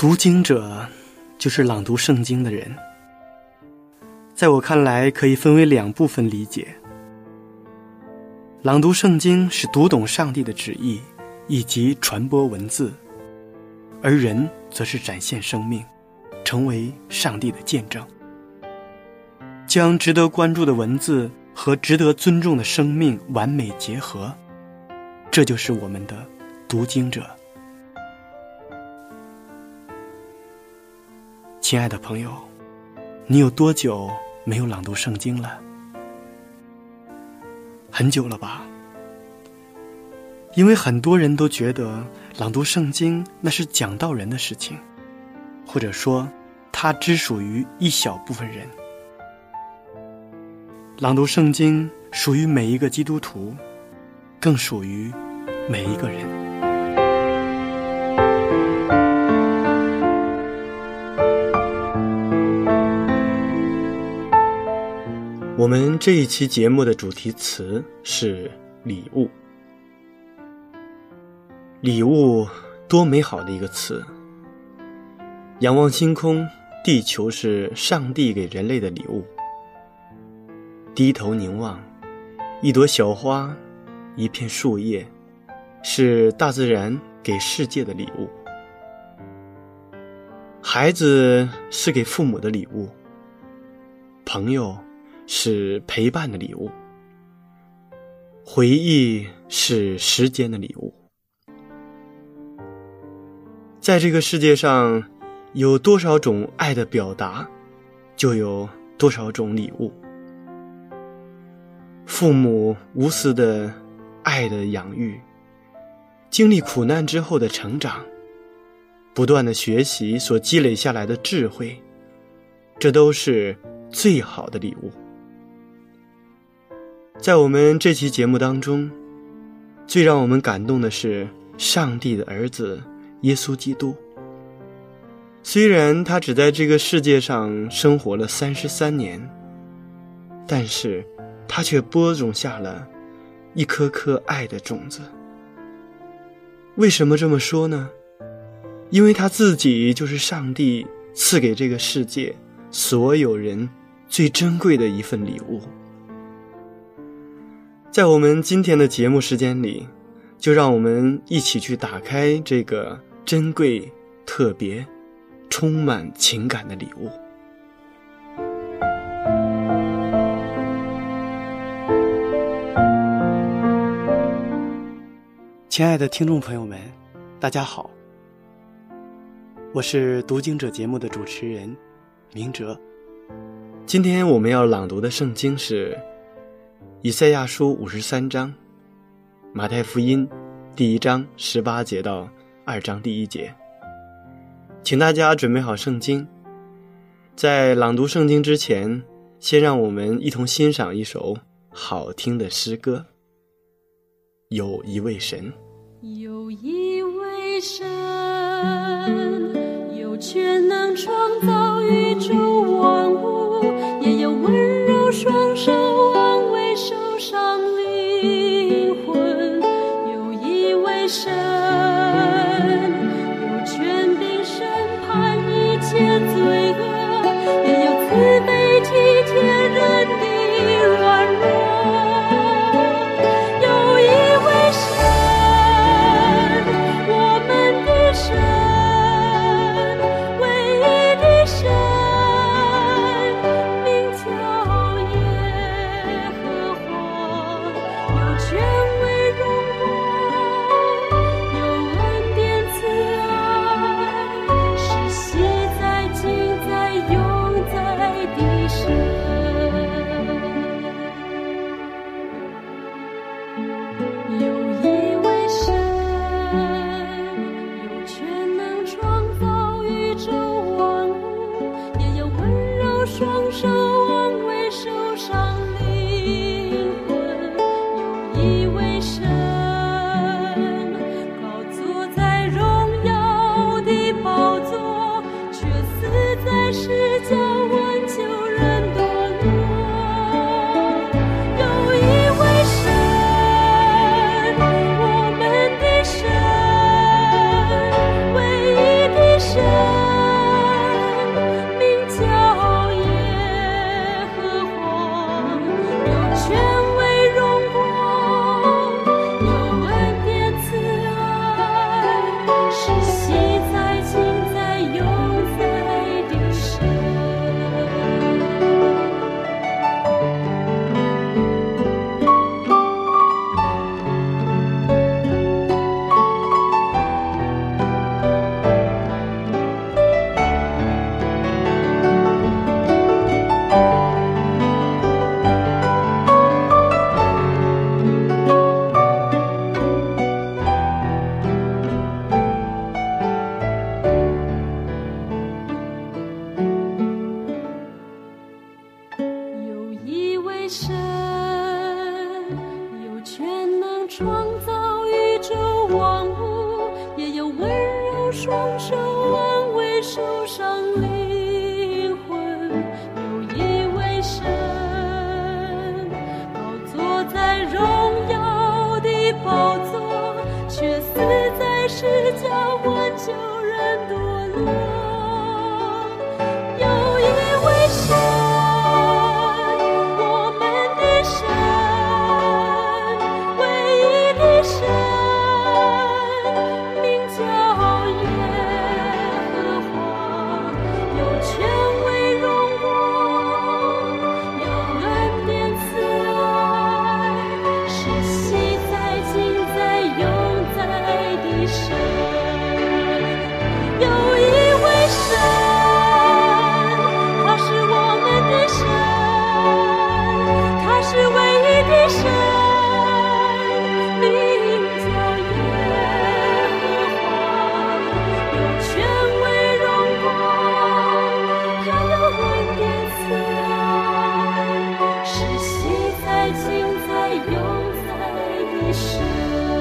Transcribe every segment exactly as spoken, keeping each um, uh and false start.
读经者就是朗读圣经的人，在我看来可以分为两部分理解。朗读圣经是读懂上帝的旨意以及传播文字，而人则是展现生命，成为上帝的见证，将值得关注的文字和值得尊重的生命完美结合，这就是我们的读经者。亲爱的朋友，你有多久没有朗读圣经了？很久了吧？因为很多人都觉得朗读圣经那是讲道人的事情，或者说它只属于一小部分人。朗读圣经属于每一个基督徒，更属于每一个人。我们这一期节目的主题词是礼物。礼物多美好的一个词！仰望星空，地球是上帝给人类的礼物。低头凝望，一朵小花，一片树叶，是大自然给世界的礼物。孩子是给父母的礼物，朋友是陪伴的礼物，回忆是时间的礼物。在这个世界上，有多少种爱的表达，就有多少种礼物。父母无私的爱的养育，经历苦难之后的成长，不断的学习所积累下来的智慧，这都是最好的礼物。在我们这期节目当中，最让我们感动的是上帝的儿子耶稣基督。虽然他只在这个世界上生活了三十三年，但是他却播种下了一颗颗爱的种子。为什么这么说呢？因为他自己就是上帝赐给这个世界所有人最珍贵的一份礼物。在我们今天的节目时间里，就让我们一起去打开这个珍贵、特别、充满情感的礼物。亲爱的听众朋友们，大家好，我是读经者节目的主持人明哲。今天我们要朗读的圣经是以赛亚书五十三章，马太福音第一章十八节到二章第一节。请大家准备好圣经，在朗读圣经之前，先让我们一同欣赏一首好听的诗歌。有一位神， 有一位神，有全能创造宇宙万物，也有温柔双手安慰受伤灵魂。有一位神，有权柄审判一切罪恶，也有慈悲体贴人的软弱。有一位神， 双手安慰受伤灵魂。有一位神宝座在荣耀的宝座，却死在十架挽救人堕落。有一位神，我们的神，唯一的神，名叫耶和华，有权威荣光，有恩典慈爱，是昔在今在永在的神。有一位神，他是我们的神，他是唯一的神，名叫耶和华，有权威荣光，他有恩典慈爱，是昔在今在永在的神。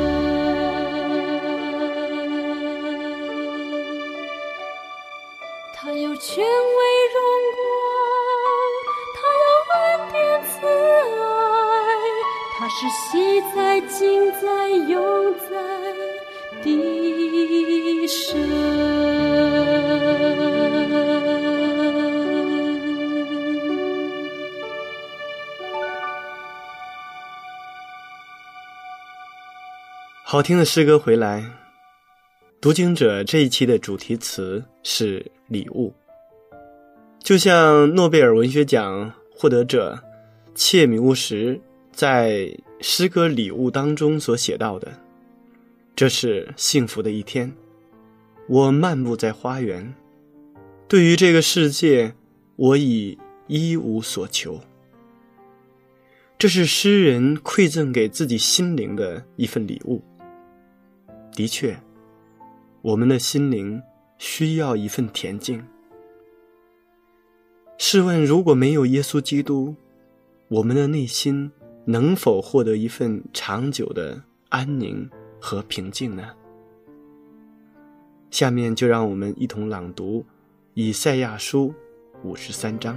他有权威荣光，他有恩典慈爱，他是昔在今在永在的神。 好听的诗歌回来，读经者这一期的主题词是礼物。就像诺贝尔文学奖获得者切米乌什在诗歌《礼物》当中所写到的，这是幸福的一天，我漫步在花园，对于这个世界我已一无所求。这是诗人馈赠给自己心灵的一份礼物。的确，我们的心灵需要一份恬静。试问，如果没有耶稣基督，我们的内心能否获得一份长久的安宁和平静呢？下面就让我们一同朗读以赛亚书五十三章。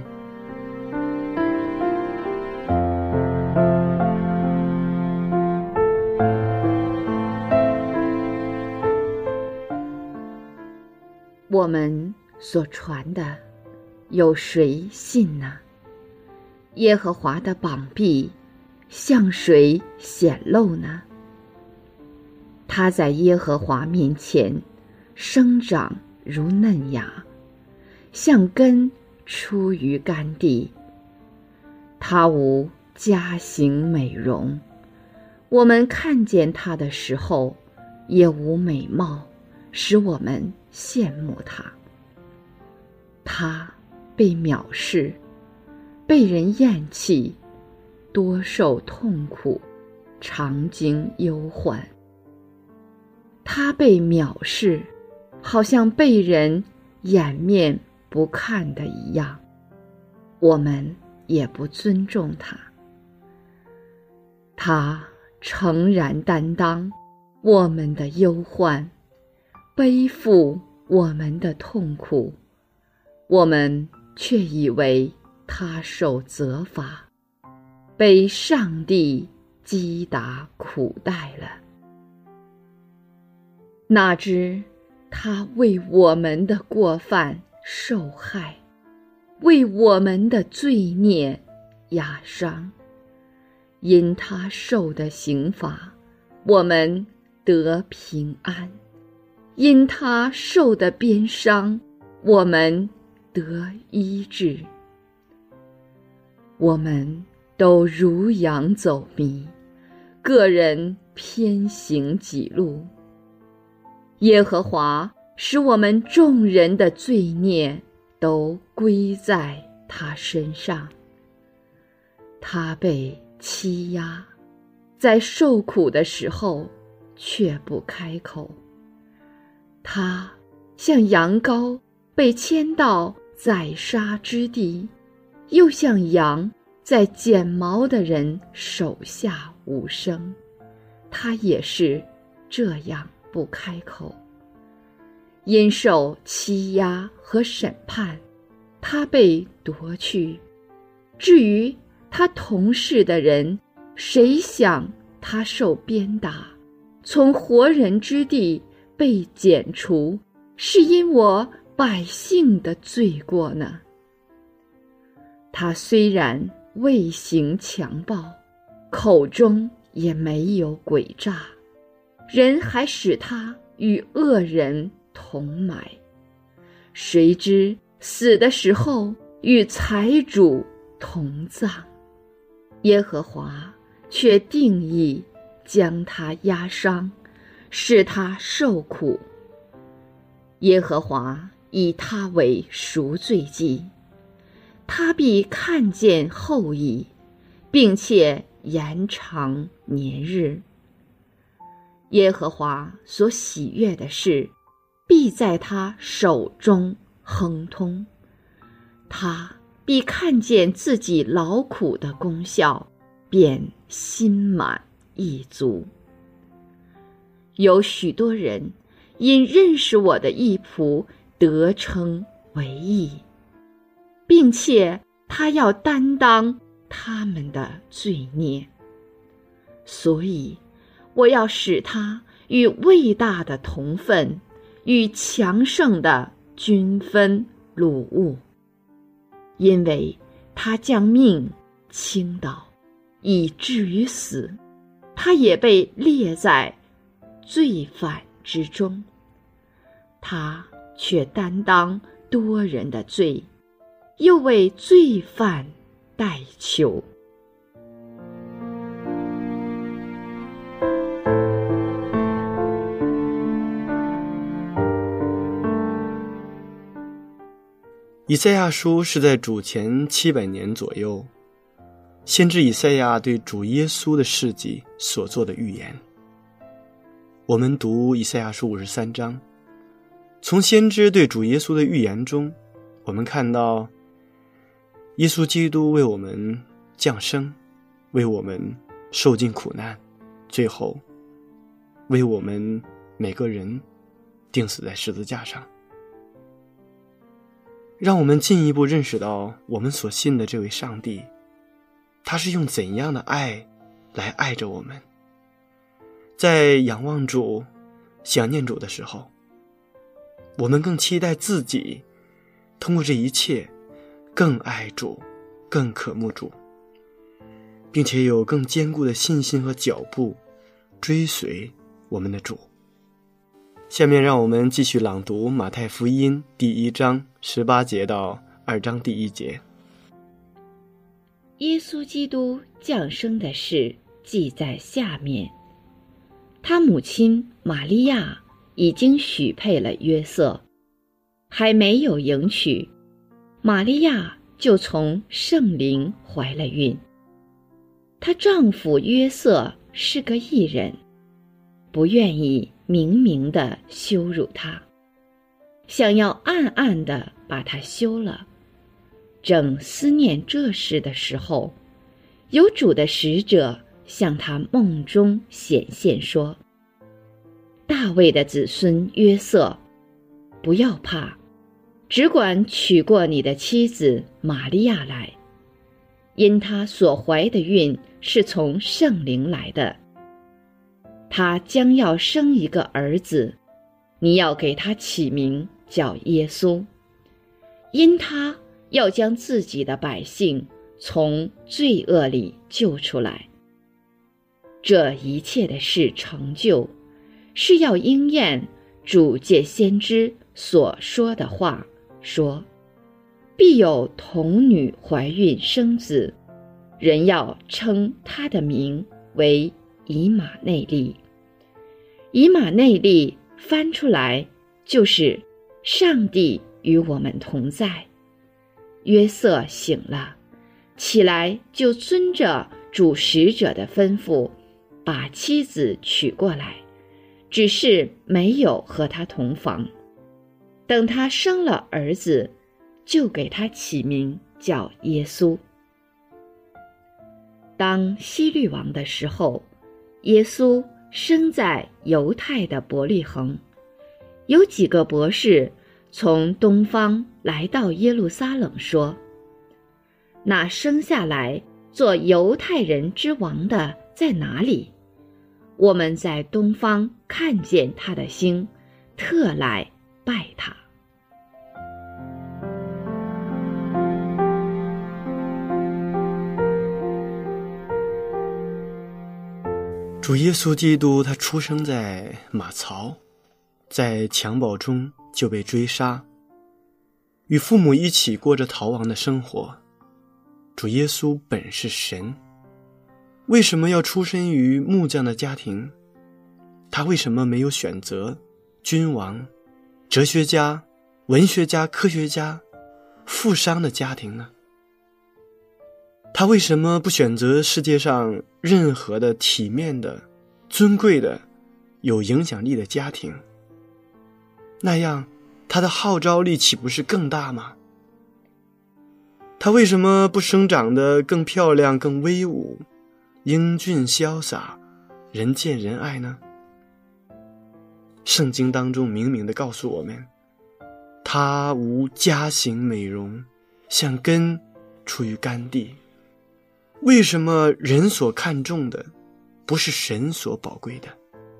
我们所传的，有谁信呢？耶和华的膀臂向谁显露呢？他在耶和华面前生长如嫩芽，像根出于干地。他无佳形美容，我们看见他的时候，也无美貌使我们羡慕他。他被藐视，被人厌弃，多受痛苦，常经忧患。他被藐视，好像被人掩面不看的一样，我们也不尊重他。他诚然担当我们的忧患，背负我们的痛苦，我们却以为他受责罚，被上帝击打苦待了。哪知他为我们的过犯受害，为我们的罪孽压伤。因他受的刑罚，我们得平安；因他受的鞭伤，我们得医治。我们都如羊走迷，个人偏行己路。耶和华使我们众人的罪孽都归在他身上。他被欺压，在受苦的时候却不开口。他像羊羔被牵到宰杀之地，又像羊在剪毛的人手下无声，他也是这样不开口。 因受欺压和审判，他被夺去。至于他同事的人，谁想他受鞭打，从活人之地被剪除，是因我百姓的罪过呢？他虽然未行强暴，口中也没有诡诈，人还使他与恶人同埋。谁知死的时候与财主同葬，耶和华却定义将他压伤，使他受苦。耶和华以他为赎罪祭，他必看见后裔，并且延长年日。耶和华所喜悦的事，必在他手中亨通。他必看见自己劳苦的功效，便心满意足。有许多人因认识我的义仆得称为义，并且他要担当他们的罪孽，所以我要使他与伟大的同分，与强盛的均分掳物，因为他将命倾倒，以至于死，他也被列在罪犯之中。他却担当多人的罪，又为罪犯代求。 以赛亚书是在主前七百年左右，先知以赛亚对主耶稣的事迹所做的预言。我们读以赛亚书五十三章，从先知对主耶稣的预言中，我们看到耶稣基督为我们降生，为我们受尽苦难，最后为我们每个人钉死在十字架上，让我们进一步认识到我们所信的这位上帝，他是用怎样的爱来爱着我们。在仰望主、想念主的时候，我们更期待自己通过这一切更爱主，更渴慕主，并且有更坚固的信心和脚步追随我们的主。下面让我们继续朗读马太福音第一章十八节到二章第一节。 耶稣基督降生的事记在下面。他母亲玛利亚已经许配了约瑟，还没有迎娶，玛利亚就从圣灵怀了孕。她丈夫约瑟是个义人，不愿意明明地羞辱她，想要暗暗地把她休了。正思念这事的时候，有主的使者向他梦中显现说：大卫的子孙约瑟，不要怕，只管娶过你的妻子玛利亚来，因她所怀的孕是从圣灵来的。他将要生一个儿子，你要给他起名叫耶稣，因他要将自己的百姓从罪恶里救出来。这一切的事成就，是要应验主借先知所说的话，说必有童女怀孕生子，人要称他的名为以马内利。以马内利翻出来就是上帝与我们同在。约瑟醒了，起来就遵着主使者的吩咐，把妻子娶过来，只是没有和他同房。等他生了儿子，就给他起名叫耶稣。当希律王的时候，耶稣生在犹太的伯利恒， 有几个博士从东方来到耶路撒冷，说：那生下来做犹太人之王的在哪里？我们在东方看见他的星，特来拜他。 主耶稣基督他出生在马槽，在襁褓中就被追杀，与父母一起过着逃亡的生活。主耶稣本是神，为什么要出身于木匠的家庭？他为什么没有选择君王、哲学家、文学家、科学家、富商的家庭呢？他为什么不选择世界上任何的体面的、尊贵的、有影响力的家庭？那样他的号召力岂不是更大吗？他为什么不生长得更漂亮、更威武、英俊潇洒、人见人爱呢？圣经当中明明地告诉我们，他无佳形美容，像根出于干地。为什么人所看重的不是神所宝贵的？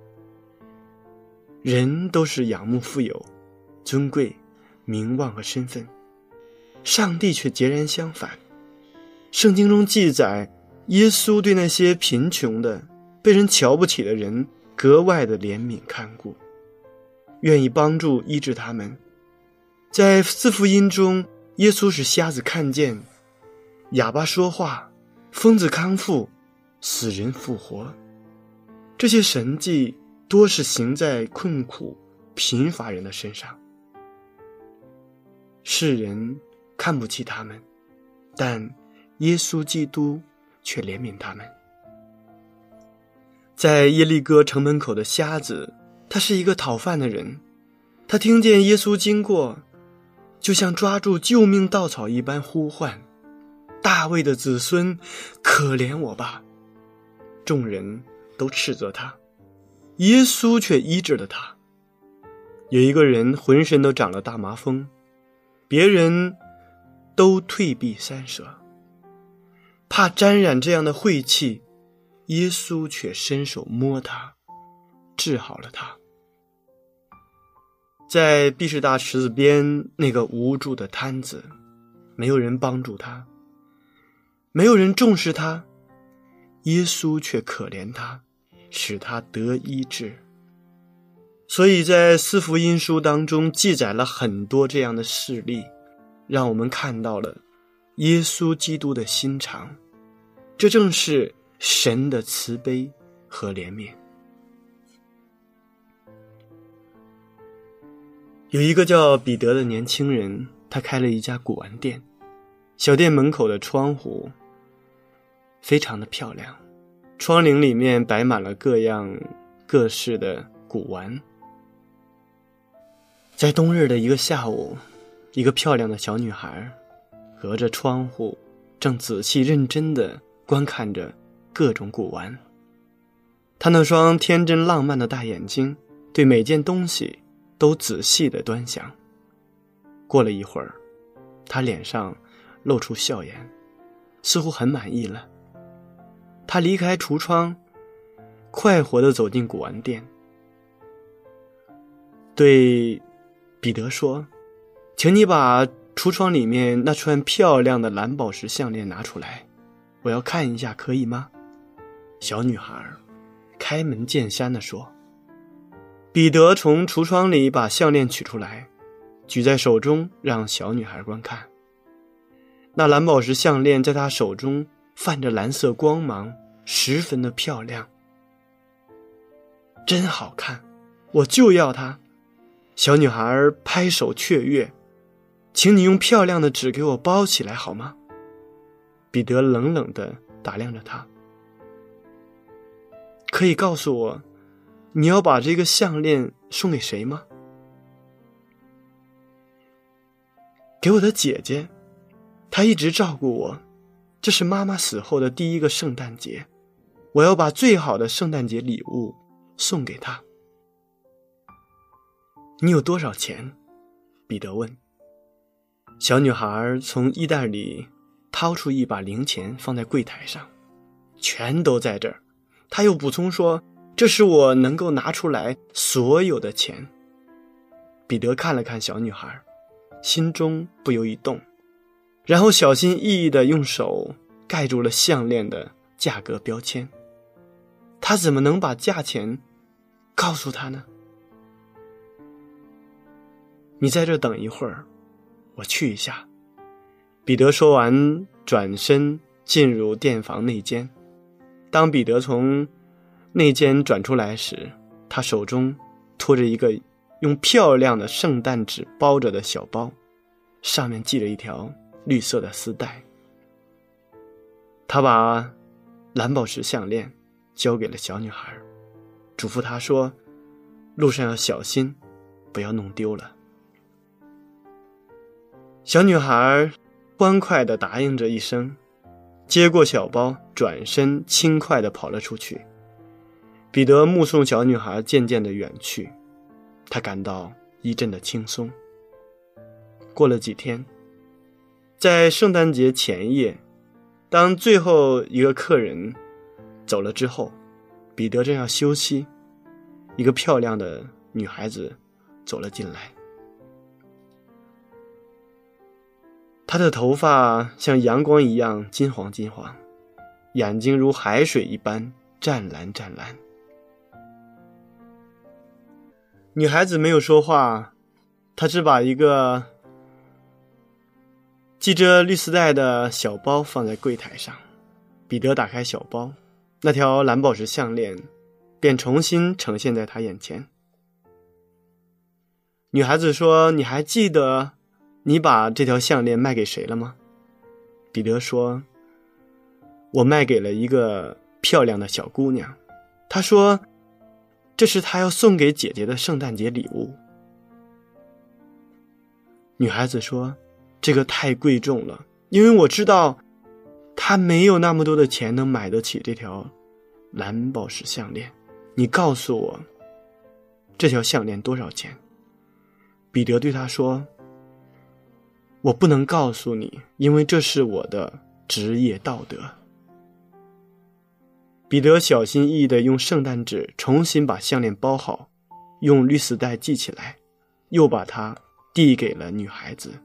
人都是仰慕富有、尊贵、名望和身份，上帝却截然相反。圣经中记载，耶稣对那些贫穷的、被人瞧不起的人格外的怜悯看顾，愿意帮助医治他们。在四福音中，耶稣使瞎子看见，哑巴说话，疯子康复，死人复活。这些神迹多是行在困苦贫乏人的身上。世人看不起他们，但耶稣基督却怜悯他们。在耶利哥城门口的瞎子，他是一个讨饭的人，他听见耶稣经过，就像抓住救命稻草一般呼唤：大卫的子孙，可怜我吧！众人都斥责他，耶稣却医治了他。有一个人浑身都长了大麻风，别人都退避三舍，怕沾染这样的晦气，耶稣却伸手摸他，治好了他。在毕士大池子边，那个无助的摊子，没有人帮助他，没有人重视他，耶稣却可怜他，使他得医治。所以在四福音书当中记载了很多这样的事例，让我们看到了耶稣基督的心肠，这正是神的慈悲和怜悯。有一个叫彼得的年轻人，他开了一家古玩店，小店门口的窗户非常的漂亮，窗棂里面摆满了各样各式的古玩。在冬日的一个下午，一个漂亮的小女孩隔着窗户正仔细认真地观看着各种古玩。她那双天真浪漫的大眼睛对每件东西都仔细地端详。过了一会儿，她脸上露出笑颜，似乎很满意了。她离开橱窗，快活地走进古玩店，对彼得说：请你把橱窗里面那串漂亮的蓝宝石项链拿出来，我要看一下，可以吗？小女孩开门见山地说。彼得从橱窗里把项链取出来，举在手中让小女孩观看。那蓝宝石项链在她手中泛着蓝色光芒，十分的漂亮。真好看，我就要它。小女孩拍手雀跃，请你用漂亮的纸给我包起来好吗？彼得冷冷地打量着她。可以告诉我，你要把这个项链送给谁吗？给我的姐姐，她一直照顾我，这是妈妈死后的第一个圣诞节，我要把最好的圣诞节礼物送给她。 你有多少钱？彼得问。小女孩从衣袋里掏出一把零钱放在柜台上，全都在这儿。她又补充说，这是我能够拿出来所有的钱。彼得看了看小女孩，心中不由一动，然后小心翼翼地用手盖住了项链的价格标签。他怎么能把价钱告诉他呢？你在这等一会儿，我去一下。彼得说完，转身进入店房内间。当彼得从内间转出来时，他手中拖着一个用漂亮的圣诞纸包着的小包，上面系了一条绿色的丝带。他把蓝宝石项链交给了小女孩，嘱咐她说，路上要小心，不要弄丢了。小女孩欢快地答应着一声，接过小包，转身轻快地跑了出去。彼得目送小女孩渐渐地远去，他感到一阵的轻松。过了几天，在圣诞节前夜，当最后一个客人走了之后，彼得正要休息，一个漂亮的女孩子走了进来。她的头发像阳光一样金黄金黄，眼睛如海水一般湛蓝湛蓝。女孩子没有说话，她只把一个系着绿丝带的小包放在柜台上。彼得打开小包，那条蓝宝石项链便重新呈现在他眼前。女孩子说，你还记得你把这条项链卖给谁了吗？彼得说，我卖给了一个漂亮的小姑娘，她说这是她要送给姐姐的圣诞节礼物。女孩子说，这个太贵重了，因为我知道她没有那么多的钱能买得起这条蓝宝石项链，你告诉我这条项链多少钱？彼得对她说，我不能告诉你，因为这是我的职业道德。彼得小心翼翼地用圣诞纸重新把项链包好，用绿丝带系起来，又把它递给了女孩子，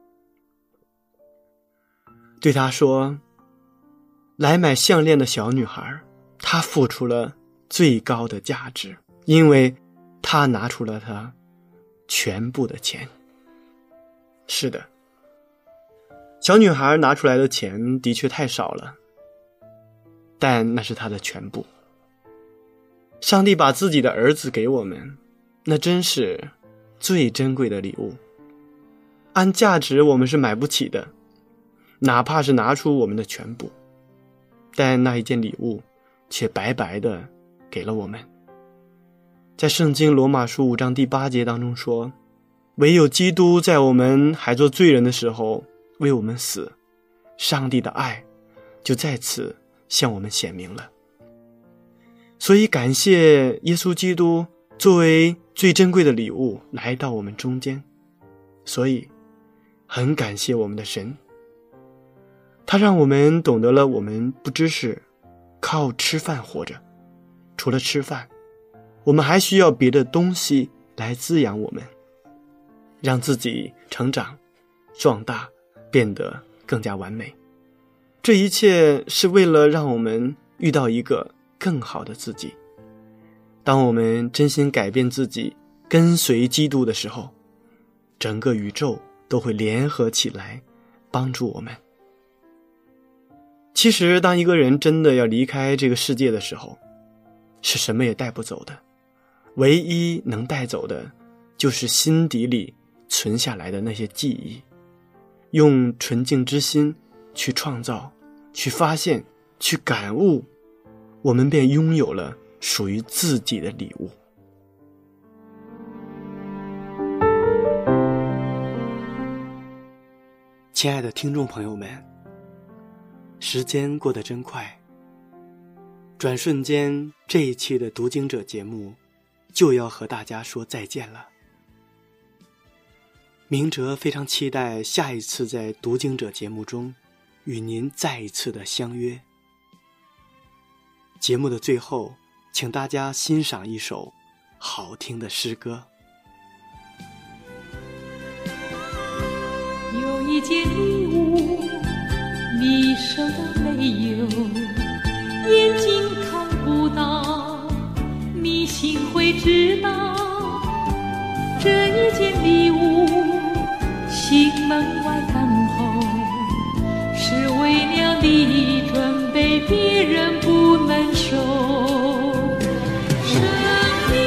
对她说，来买项链的小女孩，她付出了最高的价值，因为她拿出了她全部的钱。是的，小女孩拿出来的钱的确太少了，但那是她的全部。上帝把自己的儿子给我们，那真是最珍贵的礼物。按价值我们是买不起的，哪怕是拿出我们的全部，但那一件礼物却白白的给了我们。在圣经罗马书五章第八节当中说，唯有基督在我们还做罪人的时候为我们死，上帝的爱就在此向我们显明了。所以感谢耶稣基督作为最珍贵的礼物来到我们中间，所以很感谢我们的神，他让我们懂得了我们不只是靠吃饭活着，除了吃饭，我们还需要别的东西来滋养我们，让自己成长壮大，变得更加完美。这一切是为了让我们遇到一个更好的自己。当我们真心改变自己，跟随基督的时候，整个宇宙都会联合起来帮助我们。其实当一个人真的要离开这个世界的时候，是什么也带不走的，唯一能带走的就是心底里存下来的那些记忆。用纯净之心去创造，去发现，去感悟，我们便拥有了属于自己的礼物。 亲爱的听众朋友们，时间过得真快，转瞬间这一期的读经者节目就要和大家说再见了。 明哲非常期待下一次在读经者节目中与您再一次的相约。节目的最后，请大家欣赏一首好听的诗歌。 有一件礼物，你收到没有？眼睛看不到，你心会知道。这一件礼物，心门外等候，是为了你准备，别人不能收。生命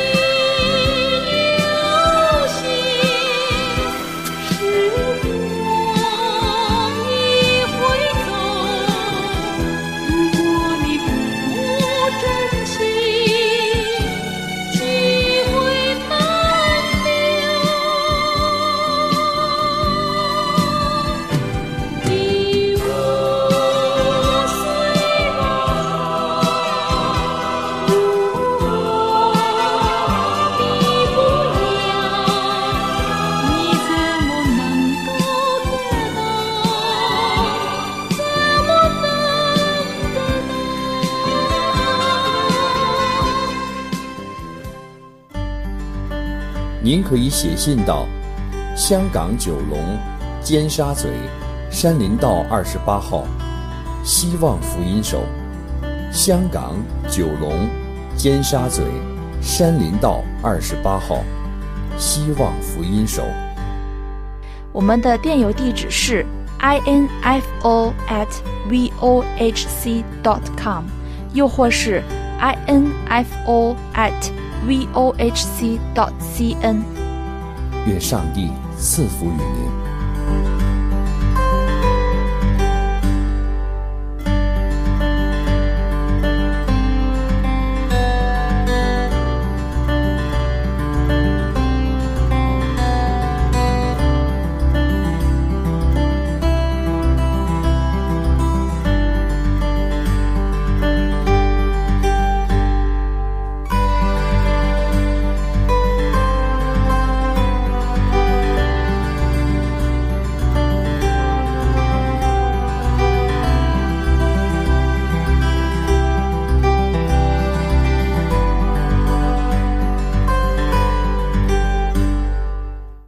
有限，时光一回走，如果你不珍惜，机会难留。礼物虽然好，如果你不要，你怎么能够得到？怎么能得到？ 您可以写信到香港九龙尖沙咀山林道二十八号，希望福音手。香港九龙尖沙咀山林道二十八号，希望福音手。 我们的电邮地址是 info at vohc dot com， 又或是 info at vohc dot cn。 愿上帝赐福于您。